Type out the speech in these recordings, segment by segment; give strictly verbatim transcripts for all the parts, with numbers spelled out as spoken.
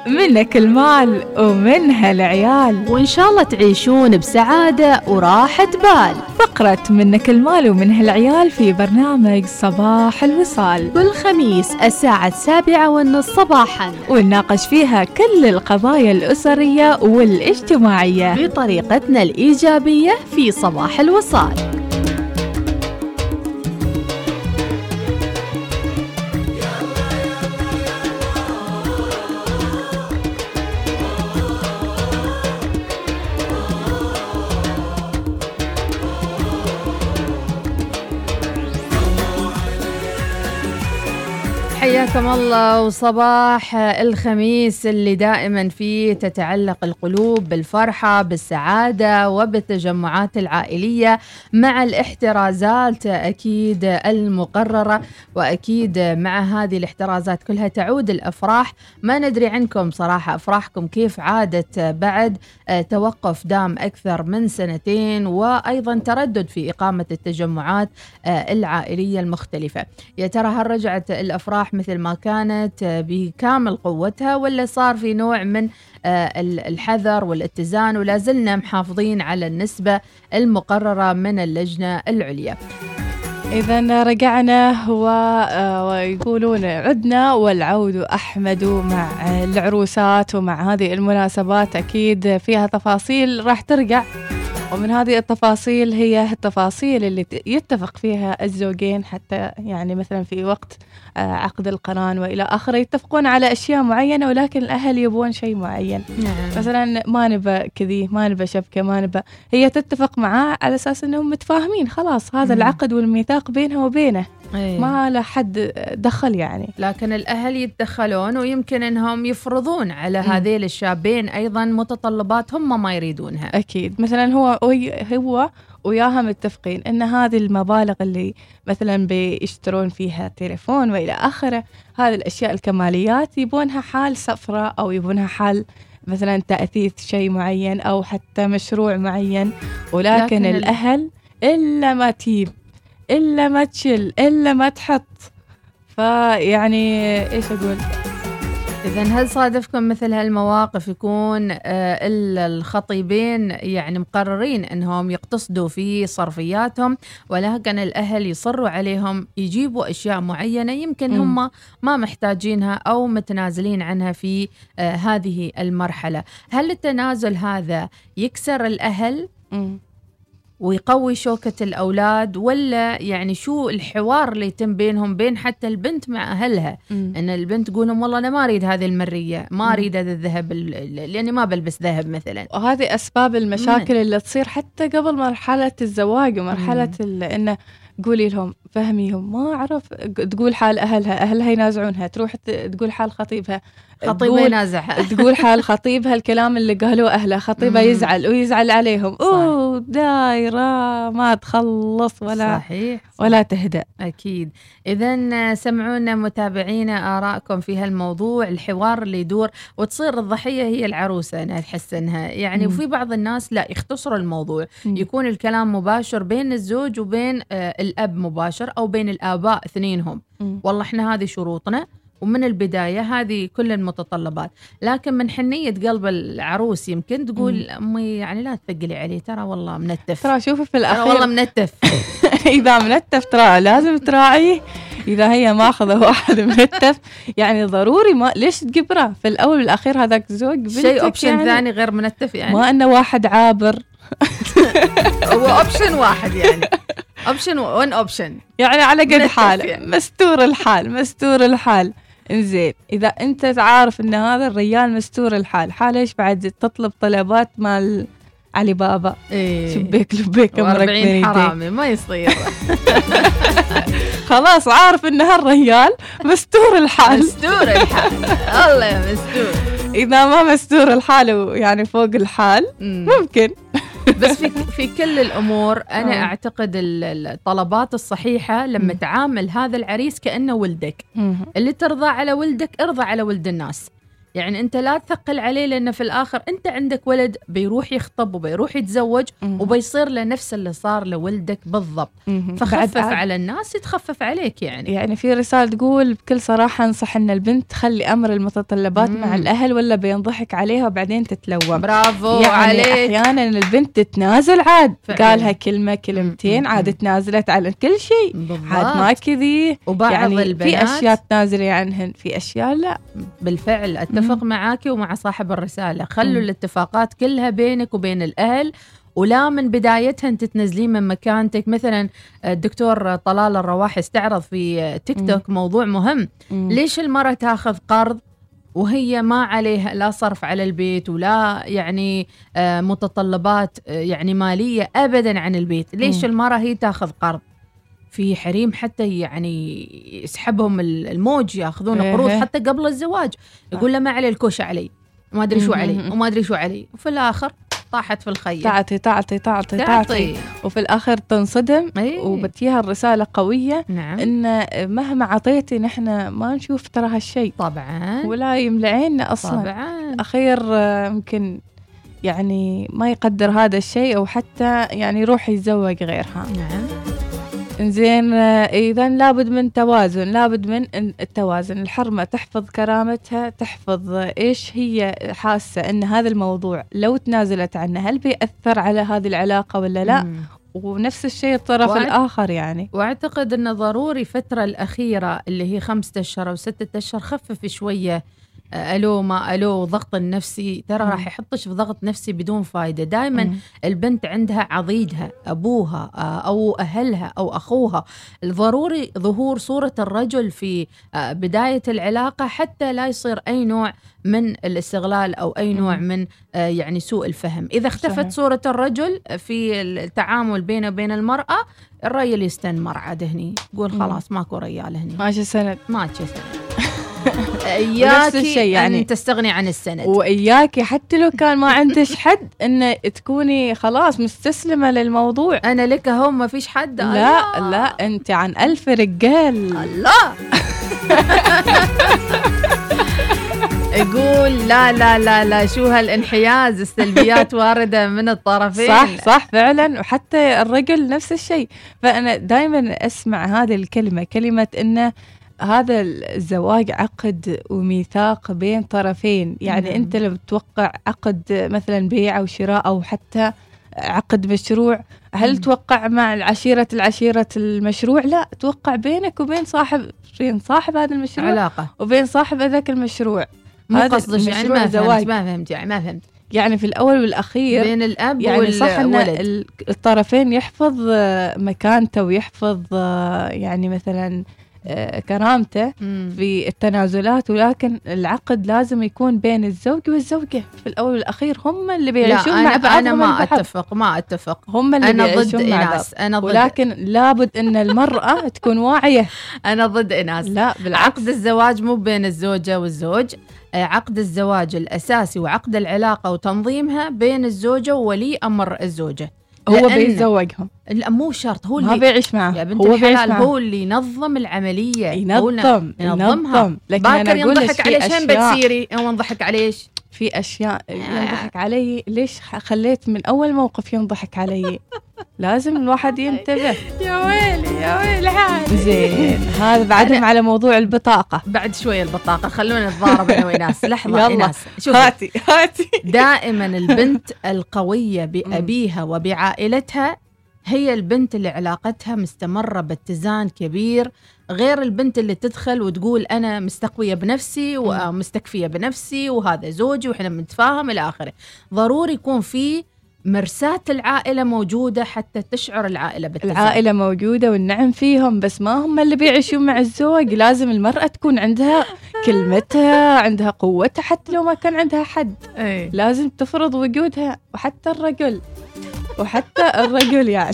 منك المال ومنها العيال، وإن شاء الله تعيشون بسعادة وراحة بال. فقرة منك المال ومنها العيال في برنامج صباح الوصال كل خميس الساعة السابعة والنص صباحا، ونناقش فيها كل القضايا الأسرية والاجتماعية بطريقتنا الإيجابية في صباح الوصال. حياكم الله، وصباح الخميس اللي دائما فيه تتعلق القلوب بالفرحة بالسعادة وبالتجمعات العائلية مع الاحترازات أكيد المقررة، وأكيد مع هذه الاحترازات كلها تعود الأفراح. ما ندري عنكم صراحة أفراحكم كيف عادت بعد توقف دام أكثر من سنتين، وأيضا تردد في إقامة التجمعات العائلية المختلفة. يا ترى هل رجعت الأفراح مثل ما كانت بكامل قوتها، ولا صار في نوع من الحذر والاتزان، ولا زلنا محافظين على النسبة المقررة من اللجنة العليا؟ إذا رجعنا ويقولون عدنا والعود أحمد مع العروسات، ومع هذه المناسبات أكيد فيها تفاصيل راح ترجع، ومن هذه التفاصيل هي التفاصيل اللي يتفق فيها الزوجين، حتى يعني مثلا في وقت عقد القران وإلى آخره يتفقون على أشياء معينة، ولكن الأهل يبون شيء معين. نعم. مثلا ما نبى كذي، ما نبى شبكة، ما نبى، هي تتفق معاه على أساس أنهم متفاهمين خلاص، هذا مم. العقد والميثاق بينها وبينه. أيه. ما له حد دخل يعني، لكن الأهل يتدخلون ويمكن أنهم يفرضون على هذيل الشابين أيضا متطلبات هم ما يريدونها. أكيد، مثلا هو هو وياها متفقين أن هذه المبالغ اللي مثلا بيشترون فيها تليفون وإلى آخره، هذه الأشياء الكماليات يبونها حال سفرة، أو يبونها حال مثلا تأثيث شيء معين، أو حتى مشروع معين، ولكن الأهل إلا ما تجيب، إلا ما تشل، إلا ما تحط. فيعني إيش أقول؟ إذن هل صادفكم مثل هالمواقف يكون آه الخطيبين يعني مقررين أنهم يقتصدوا في صرفياتهم، ولكن الأهل يصروا عليهم يجيبوا أشياء معينة يمكن م. هم ما محتاجينها أو متنازلين عنها في آه هذه المرحلة؟ هل التنازل هذا يكسر الأهل م. ويقوي شوكة الأولاد، ولا يعني شو الحوار اللي يتم بينهم، بين حتى البنت مع أهلها؟ م. أن البنت تقولهم والله أنا ما أريد هذه المرية، ما أريد هذا الذهب لأني ما بلبس ذهب مثلا. وهذه أسباب المشاكل م. اللي تصير حتى قبل مرحلة الزواج ومرحلة إنه قولي لهم فهميهم، ما أعرف، تقول حال أهلها، أهلها ينازعونها، تروح تقول حال خطيبها، خطيبها ينازعها، تقول حال خطيبها الكلام اللي قالوه أهلها، خطيبها يزعل ويزعل عليهم. أوه دايرة ما تخلص ولا صحيح. ولا تهدأ. أكيد. إذن سمعونا متابعينا آراءكم في هالموضوع، الحوار اللي يدور وتصير الضحية هي العروسة. أنا أحس أنها يعني مم. وفي بعض الناس لا يختصروا الموضوع، مم. يكون الكلام مباشر بين الزوج وبين آه الأب مباشر، أو بين الآباء اثنينهم. مم. والله إحنا هذه شروطنا ومن البداية هذه كل المتطلبات، لكن من حنية قلب العروس يمكن تقول أمي يعني لا تثقلي عليه، ترى والله منتف، ترى شوفي في الأخير ترى والله منتف. إذا منتف ترى لازم تراعيه، إذا هي ماخذة واحد منتف يعني ضروري ما ليش تقبره في الأول والأخير، هذاك زوج شيء أوبشن يعني ثاني غير منتف، يعني ما أنه واحد عابر. هو أوبشن واحد يعني أوبشن وان أوبشن يعني على قد حاله يعني. مستور الحال مستور الحال. إنزين إذا أنت تعرف إن هذا الرجال مستور الحال، حال إيش بعد تطلب طلبات مال علي بابا؟ إيه. شبيك لبيك أمرك بين حرامي ما يصير. خلاص عارف إن هالرجال مستور الحال مستور الحال. الله يا مستور. إذا ما مستور الحال ويعني فوق الحال ممكن. بس في في كل الأمور أنا أوه. أعتقد الطلبات الصحيحة لما م. تعامل هذا العريس كأنه ولدك. م. اللي ترضى على ولدك ارضى على ولد الناس. يعني أنت لا تثقل عليه، لأنه في الآخر أنت عندك ولد بيروح يخطب وبيروح يتزوج مم. وبيصير له نفس اللي صار لولدك بالضبط. مم. فخفف بعد- على الناس يتخفف عليك يعني. يعني في رسالة تقول بكل صراحة انصح ان البنت تخلي امر المتطلبات مم. مع الاهل ولا بينضحك عليها وبعدين تتلوم. برافو يعني عليك. احيانا البنت تتنازل عاد فعلا. قالها كلمة كلمتين مم. عاد تنازلت على كل شيء، عاد ما بالضبط. كذي. وبعض يعني البنات في اشياء تنازلي عنهن، في اشياء لا. بالفعل أتفق مم. معاكي ومع صاحب الرسالة. خلوا مم. الاتفاقات كلها بينك وبين الأهل، ولا من بدايتها انت تنزلين من مكانتك. مثلا الدكتور طلال الرواحي استعرض في تيك توك موضوع مهم. مم. ليش المرأة تاخذ قرض وهي ما عليها لا صرف على البيت ولا يعني آه، متطلبات آه، يعني مالية أبدا عن البيت؟ ليش مم. المرأة هي تاخذ قرض؟ في حريم حتى يعني يسحبهم الموج ياخذون إيه. قروض حتى قبل الزواج، يقول له ما علي الكوش علي وما ادري شو مم. علي وما ادري شو علي، وفي الاخر طاحت في الخيل. تعطي تعطي تعطي تعطي تعطي. وفي الاخر تنصدم. أيه. وبتيها الرسالة قوية نعم ان مهما عطيتي نحن ما نشوف ترى هالشيء طبعا ولا يملعيننا اصلا. طبعا اخير آه، ممكن يعني ما يقدر هذا الشيء او حتى يعني يروح يتزوج غيرها. نعم انزين آه، اذا لابد من توازن، لابد من إن التوازن. الحرمة تحفظ كرامتها، تحفظ آه، ايش هي حاسة ان هذا الموضوع لو تنازلت عنه هل بيأثر على هذه العلاقة ولا لا. مم. ونفس الشيء الطرف وأعت- الآخر يعني. واعتقد انه ضروري فترة الأخيرة اللي هي خمسة أشهر أو ستة أشهر خفف شوية آه، ألو ما ألو ضغط النفسي، ترى مم. راح يحطش في ضغط نفسي بدون فايدة. دائما مم. البنت عندها عضيدها أبوها آه، أو أهلها أو أخوها. الضروري ظهور صورة الرجل في آه، بداية العلاقة حتى لا يصير أي نوع من الاستغلال أو أي نوع مم. من آه، يعني سوء الفهم. إذا اختفت صحيح. صورة الرجل في التعامل بينه وبين المرأة، الرجل يستنمر عاد هني، يقول مم. خلاص ماكو رجال هني، ماشي سند. ما تشسن. ونفس إياكي الشيء يعني. أن تستغني عن السند. وإياكي حتى لو كان ما عندش حد إن تكوني خلاص مستسلمة للموضوع. أنا لك هم ما فيش حد. لا الله. لا أنت عن ألف رجال. الله. يقول لا لا لا لا شو هالانحياز، السلبيات واردة من الطرفين. صح صح فعلا. وحتى الرجل نفس الشيء. فأنا دائما أسمع هذه الكلمة، كلمة إنه هذا الزواج عقد وميثاق بين طرفين. يعني مم. أنت لو بتوقع عقد مثلا بيع أو شراء أو حتى عقد مشروع، هل مم. توقع مع العشيرة العشيرة المشروع؟ لا، توقع بينك وبين صاحب بين صاحب هذا المشروع علاقة وبين صاحب ذاك المشروع. مو هذا قصدش يعني مشروع ما زواج. فهمت ما فهمت يعني ما فهمت يعني في الأول والأخير بين الأب يعني صح أن والولد. ال- الطرفين يحفظ آه، مكانته ويحفظ آه، يعني مثلا آه، كرامته مم. في التنازلات، ولكن العقد لازم يكون بين الزوج والزوجة. في الأول والأخير هم اللي لا بيعيشون مع أنا بعض. أنا ما أتفق ما أتفق هم اللي أنا ضد بيعيشون مع بعض. إناث أنا ضد ولكن لابد أن المرأة تكون واعية. أنا ضد إناث. لا بالعكس. عقد الزواج مو بين الزوجة والزوج، آه، عقد الزواج الأساسي وعقد العلاقة وتنظيمها بين الزوجة وولي أمر الزوجة. هو لأن- بيتزوجهم، لا مو شرط هو ما اللي بيعيش معه. يا بنت هو بيعيش الحلال معه. هو اللي ينظم العملية. هو اللي ينظم ينظمها. ينظم. لكن أنا باكر أقول لك ينضحك في عليه شين أشياء بتصيري هو ينضحك عليش في أشياء ينضحك علي. ليش خليت من أول موقف ينضحك علي؟ لازم الواحد ينتبه. يا ويلي يا ويلي حالي. زين هذا بعدهم على موضوع البطاقة. بعد شوية البطاقة خلونا نتضارب أنا وإناس. لحظة يلا. إناس شوفي، هاتي هاتي. دائما البنت القوية بأبيها وبعائلتها هي البنت اللي علاقتها مستمرة باتزان كبير، غير البنت اللي تدخل وتقول أنا مستقوية بنفسي ومستكفية بنفسي وهذا زوجي وإحنا بنتفاهم إلى آخره. ضروري يكون في مرساة العائلة موجودة حتى تشعر العائلة باتزان. العائلة موجودة والنعم فيهم، بس ما هم اللي بيعيشون مع الزوج. لازم المرأة تكون عندها كلمتها، عندها قوتها، حتى لو ما كان عندها حد أي. لازم تفرض وجودها. وحتى الرجل وحتى الرجل يعني.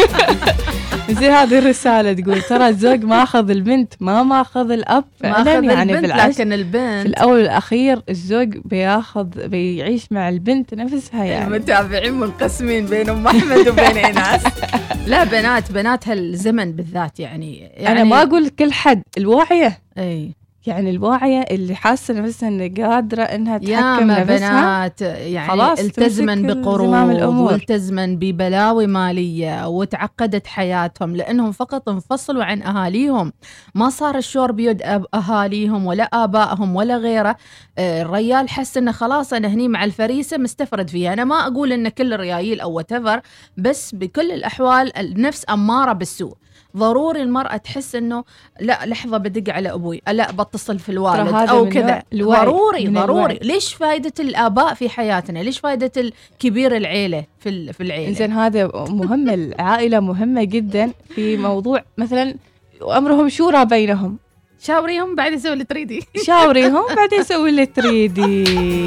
زي هذه الرسالة تقول ترى الزوج ماخذ البنت ما ماخذ الأب فعلا. يعني البنت بالعكس لكن البنت في الأول والأخير الزوج بياخذ بيعيش مع البنت نفسها. يعني المتابعين منقسمين بين أم أحمد وبين إيناس. لا بنات بنات هالزمن بالذات يعني, يعني أنا ما أقول كل حد، الواعية أي يعني الواعية اللي حاسة نفسها إنها قادرة إنها تحكم يا نفسها، بنات يعني خلاص التزمن تمسك بقروض زمام الأمور. والتزمن ببلاوي مالية وتعقدت حياتهم لأنهم فقط انفصلوا عن أهاليهم، ما صار الشور بيد أب أهاليهم ولا آبائهم ولا غيره. آه، الريال حس إنه خلاص أنا هني مع الفريسة مستفرد فيها. أنا ما أقول إن كل الريايل أو whatever، بس بكل الأحوال النفس أمارة بالسوء. ضروري المرأة تحس إنه لا لحظة بدق على أبوي، لا بتصل في الوالد أو كذا. ضروري ضروري. ليش فائدة الآباء في حياتنا؟ ليش فائدة الكبير العيلة في في العيلة؟ إنزين هذا مهم. العائلة مهمة جدا في موضوع مثلا أمرهم شورى بينهم. شاوريهم بعد يسوي اللي تريدي. شاوريهم بعد يسوي اللي تريدي.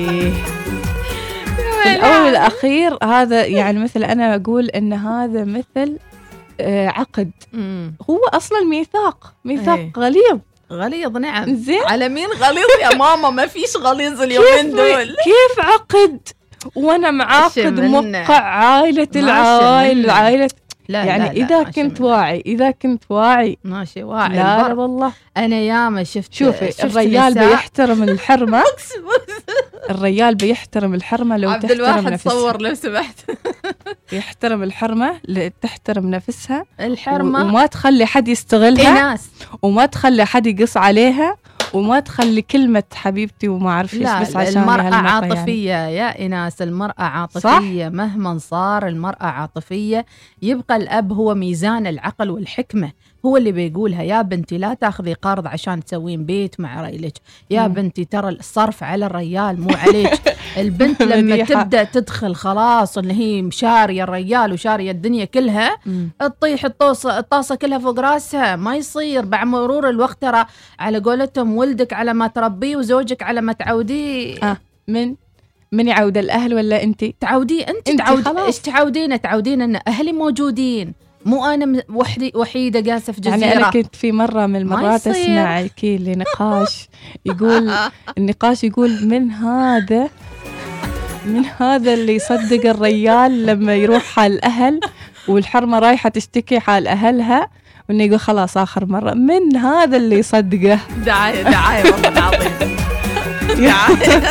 الأول والأخير هذا يعني مثل أنا أقول إن هذا مثل آه عقد. مم. هو أصلا ميثاق ميثاق ايه. غليظ غليظ. نعم. زين على مين غليظ يا ماما؟ ما فيش غليظ اليومين دول. كيف عقد وانا معاقد موقع عائلة العائلة عائلة. لا يعني لا لا إذا كنت واعي إذا كنت واعي ماشي واعي. لا لا والله. أنا ياما شفت شوفي الرجال بيحترم الحرمة. الرجال بيحترم الحرمة لو عبد تحترم الواحد نفسها. صور لو سمحت. يحترم الحرمة تحترم نفسها الحرمة وما تخلي حد يستغلها ناس. وما تخلي حد يقص عليها وما تخلي كلمة حبيبتي وما أعرف إيش بس عشان المرأة عاطفية يعني. يا إناس المرأة عاطفية. صح؟ مهما صار المرأة عاطفية. يبقى الأب هو ميزان العقل والحكمة، هو اللي بيقولها يا بنتي لا تاخذي قرض عشان تسوين بيت مع ريلك، يا مم. بنتي ترى الصرف على الريال مو عليك. البنت لما تبدأ تدخل خلاص اللي هي مشارية الريال وشارية الدنيا كلها، تطيح الطاسة الطاسة كلها فوق راسها. ما يصير. بعد مرور الوقت ترى على قولتهم ولدك على ما تربيه وزوجك على ما تعوديه. آه. من من يعود الأهل ولا أنتي تعوديه؟ أنت تعود. إيش تعودين؟ تعودين أن أهلي موجودين مو أنا وحدي وحيدة جالسة في جزيرة. يعني أنا كنت في مرة من المرات أسمع كي نقاش يقول النقاش يقول من هذا من هذا اللي يصدق الريال لما يروح حال الأهل والحرمة رايحة تشتكي حال أهلها وإنه يقول خلاص آخر مرة. من هذا اللي يصدقه؟ دعاية دعاية والله العظيم. دعاية.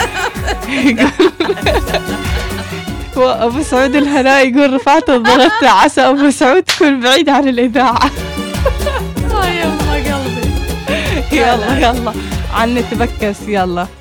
وأبو سعود الهناء يقول رفعت الضغط عسى أبو سعود تكون بعيد عن الإذاعة. يا الله قلبي. يلا يلا عن نتبكس يلا.